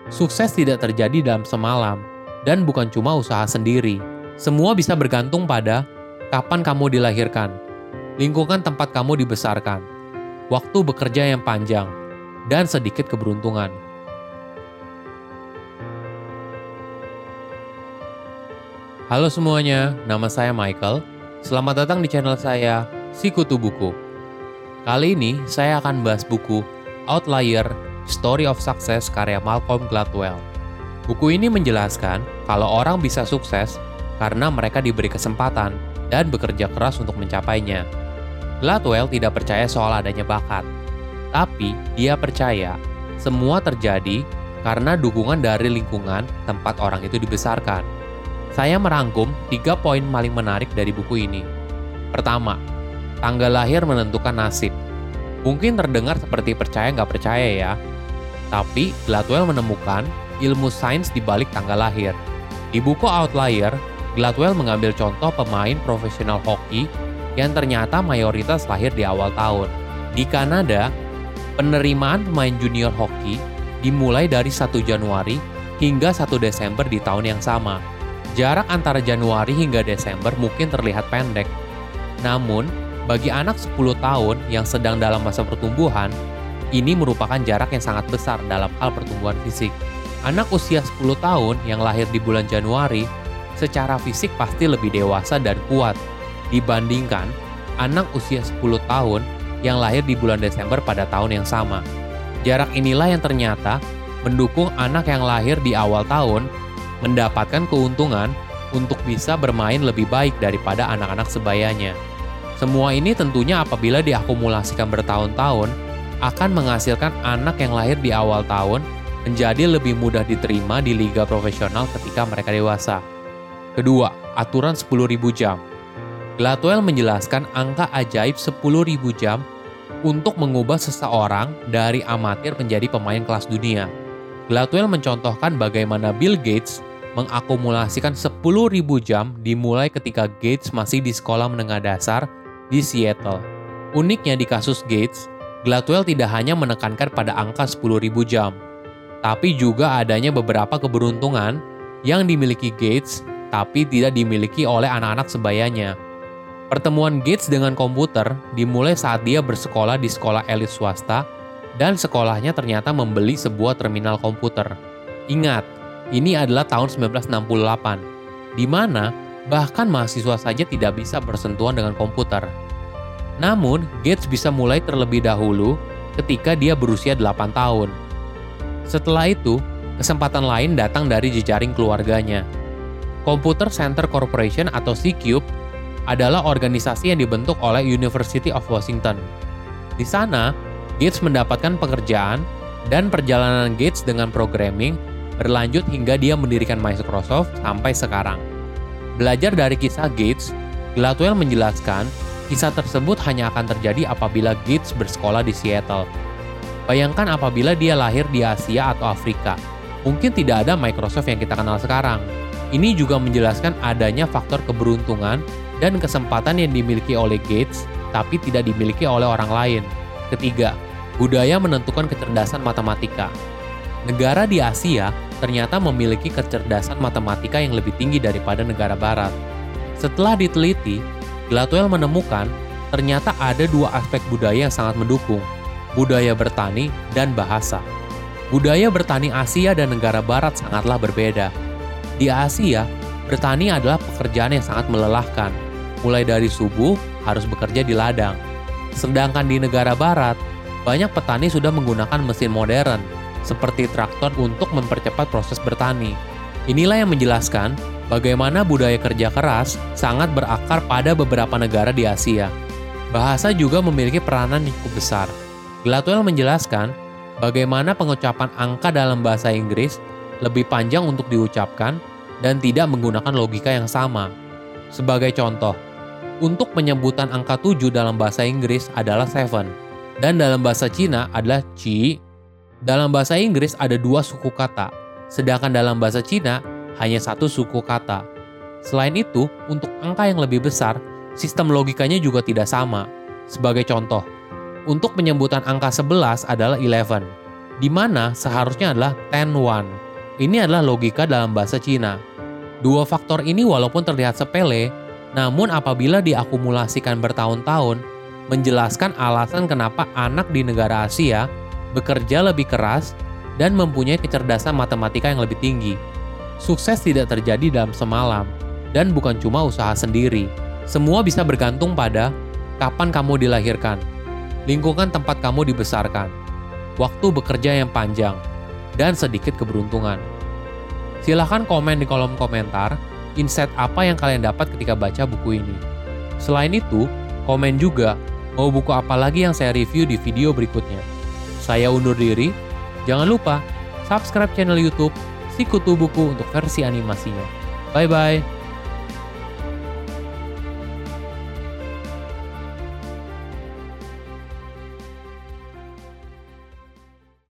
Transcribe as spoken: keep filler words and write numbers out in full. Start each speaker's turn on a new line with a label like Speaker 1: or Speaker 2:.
Speaker 1: Sukses tidak terjadi dalam semalam, dan bukan cuma usaha sendiri. Semua bisa bergantung pada kapan kamu dilahirkan, lingkungan tempat kamu dibesarkan, waktu bekerja yang panjang, dan sedikit keberuntungan. Halo semuanya, nama saya Michael. Selamat datang di channel saya, Sikutu Buku. Kali ini saya akan bahas buku Outlier: Story of Success karya Malcolm Gladwell. Buku ini menjelaskan kalau orang bisa sukses karena mereka diberi kesempatan dan bekerja keras untuk mencapainya. Gladwell tidak percaya soal adanya bakat, tapi dia percaya semua terjadi karena dukungan dari lingkungan tempat orang itu dibesarkan. Saya merangkum tiga poin paling menarik dari buku ini. Pertama, tanggal lahir menentukan nasib. Mungkin terdengar seperti percaya nggak percaya ya, tapi Gladwell menemukan ilmu sains di balik tanggal lahir. Di buku Outlier, Gladwell mengambil contoh pemain profesional hoki yang ternyata mayoritas lahir di awal tahun. Di Kanada, penerimaan pemain junior hoki dimulai dari satu Januari hingga satu Desember di tahun yang sama. Jarak antara Januari hingga Desember mungkin terlihat pendek. Namun, bagi anak sepuluh tahun yang sedang dalam masa pertumbuhan, ini merupakan jarak yang sangat besar dalam hal pertumbuhan fisik. Anak usia sepuluh tahun yang lahir di bulan Januari secara fisik pasti lebih dewasa dan kuat dibandingkan anak usia sepuluh tahun yang lahir di bulan Desember pada tahun yang sama. Jarak inilah yang ternyata mendukung anak yang lahir di awal tahun mendapatkan keuntungan untuk bisa bermain lebih baik daripada anak-anak sebayanya. Semua ini tentunya apabila diakumulasikan bertahun-tahun akan menghasilkan anak yang lahir di awal tahun menjadi lebih mudah diterima di liga profesional ketika mereka dewasa. Kedua, aturan sepuluh ribu jam. Gladwell menjelaskan angka ajaib sepuluh ribu jam untuk mengubah seseorang dari amatir menjadi pemain kelas dunia. Gladwell mencontohkan bagaimana Bill Gates mengakumulasikan sepuluh ribu jam dimulai ketika Gates masih di sekolah menengah dasar di Seattle. Uniknya di kasus Gates, Gladwell tidak hanya menekankan pada angka sepuluh ribu jam, tapi juga adanya beberapa keberuntungan yang dimiliki Gates tapi tidak dimiliki oleh anak-anak sebayanya. Pertemuan Gates dengan komputer dimulai saat dia bersekolah di sekolah elit swasta dan sekolahnya ternyata membeli sebuah terminal komputer. Ingat, ini adalah tahun sembilan belas enam puluh delapan, di mana bahkan mahasiswa saja tidak bisa bersentuhan dengan komputer. Namun, Gates bisa mulai terlebih dahulu ketika dia berusia delapan tahun. Setelah itu, kesempatan lain datang dari jejaring keluarganya. Computer Center Corporation atau C-Cube adalah organisasi yang dibentuk oleh University of Washington. Di sana, Gates mendapatkan pekerjaan dan perjalanan Gates dengan programming berlanjut hingga dia mendirikan Microsoft sampai sekarang. Belajar dari kisah Gates, Gladwell menjelaskan kisah tersebut hanya akan terjadi apabila Gates bersekolah di Seattle. Bayangkan apabila dia lahir di Asia atau Afrika. Mungkin tidak ada Microsoft yang kita kenal sekarang. Ini juga menjelaskan adanya faktor keberuntungan dan kesempatan yang dimiliki oleh Gates, tapi tidak dimiliki oleh orang lain. Ketiga, budaya menentukan kecerdasan matematika. Negara di Asia ternyata memiliki kecerdasan matematika yang lebih tinggi daripada negara Barat. Setelah diteliti, Gladwell menemukan ternyata ada dua aspek budaya yang sangat mendukung, budaya bertani dan bahasa. Budaya bertani Asia dan negara Barat sangatlah berbeda. Di Asia, bertani adalah pekerjaan yang sangat melelahkan, mulai dari subuh harus bekerja di ladang. Sedangkan di negara Barat, banyak petani sudah menggunakan mesin modern, seperti traktor untuk mempercepat proses bertani. Inilah yang menjelaskan bagaimana budaya kerja keras sangat berakar pada beberapa negara di Asia. Bahasa juga memiliki peranan yang cukup besar. Gladwell menjelaskan bagaimana pengucapan angka dalam bahasa Inggris lebih panjang untuk diucapkan dan tidak menggunakan logika yang sama. Sebagai contoh, untuk penyebutan angka tujuh dalam bahasa Inggris adalah seven, dan dalam bahasa Cina adalah qi. Dalam bahasa Inggris ada dua suku kata, sedangkan dalam bahasa Cina hanya satu suku kata. Selain itu, untuk angka yang lebih besar, sistem logikanya juga tidak sama. Sebagai contoh, untuk penyebutan angka sebelas adalah eleven, di mana seharusnya adalah ten one. Ini adalah logika dalam bahasa Cina. Dua faktor ini walaupun terlihat sepele, namun apabila diakumulasikan bertahun-tahun, menjelaskan alasan kenapa anak di negara Asia bekerja lebih keras dan mempunyai kecerdasan matematika yang lebih tinggi. Sukses tidak terjadi dalam semalam, dan bukan cuma usaha sendiri. Semua bisa bergantung pada kapan kamu dilahirkan, lingkungan tempat kamu dibesarkan, waktu bekerja yang panjang, dan sedikit keberuntungan. Silahkan komen di kolom komentar insight apa yang kalian dapat ketika baca buku ini. Selain itu, komen juga mau buku apa lagi yang saya review di video berikutnya. Saya undur diri, jangan lupa subscribe channel YouTube Sikutu Buku untuk versi animasinya. Bye-bye!